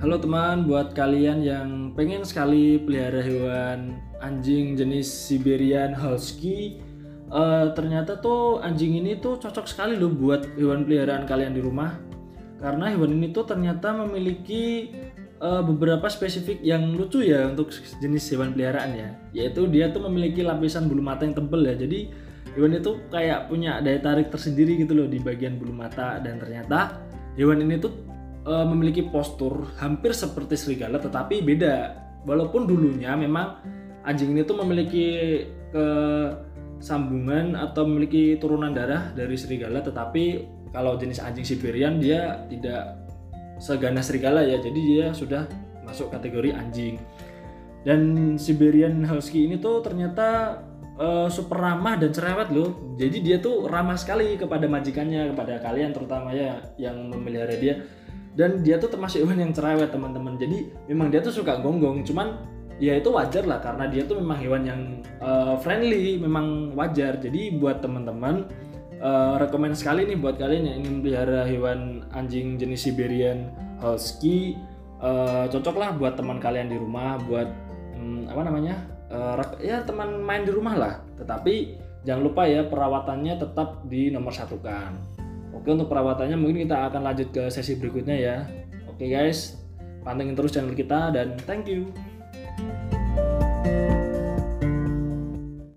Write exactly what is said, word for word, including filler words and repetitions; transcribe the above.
Halo teman, buat kalian yang pengen sekali pelihara hewan anjing jenis Siberian Husky, eh, ternyata tuh anjing ini tuh cocok sekali loh buat hewan peliharaan kalian di rumah. Karena hewan ini tuh ternyata memiliki eh, beberapa spesifik yang lucu ya untuk jenis hewan peliharaan ya. Yaitu dia tuh memiliki lapisan bulu mata yang tebal ya. Jadi hewan itu kayak punya daya tarik tersendiri gitu loh di bagian bulu mata, dan ternyata hewan ini tuh uh, memiliki postur hampir seperti serigala tetapi beda. Walaupun dulunya memang anjing ini tuh memiliki kesambungan atau memiliki turunan darah dari serigala, tetapi kalau jenis anjing Siberian dia tidak seganas serigala ya, jadi dia sudah masuk kategori anjing. Dan Siberian Husky ini tuh ternyata Uh, super ramah dan cerewet loh. Jadi dia tuh ramah sekali kepada majikannya, kepada kalian terutama ya yang memelihara dia. Dan dia tuh termasuk hewan yang cerewet teman-teman. Jadi memang dia tuh suka gonggong, cuman ya itu wajar lah karena dia tuh memang hewan yang uh, friendly, memang wajar. Jadi buat teman-teman uh, rekomend sekali nih buat kalian yang ingin pelihara hewan anjing jenis Siberian Husky, uh, cocok lah buat teman kalian di rumah, buat um, apa namanya? Uh, ya teman main di rumah lah, tetapi jangan lupa ya perawatannya tetap di nomor satukan. Oke, untuk perawatannya mungkin kita akan lanjut ke sesi berikutnya ya. Oke guys, pantengin terus channel kita dan thank you.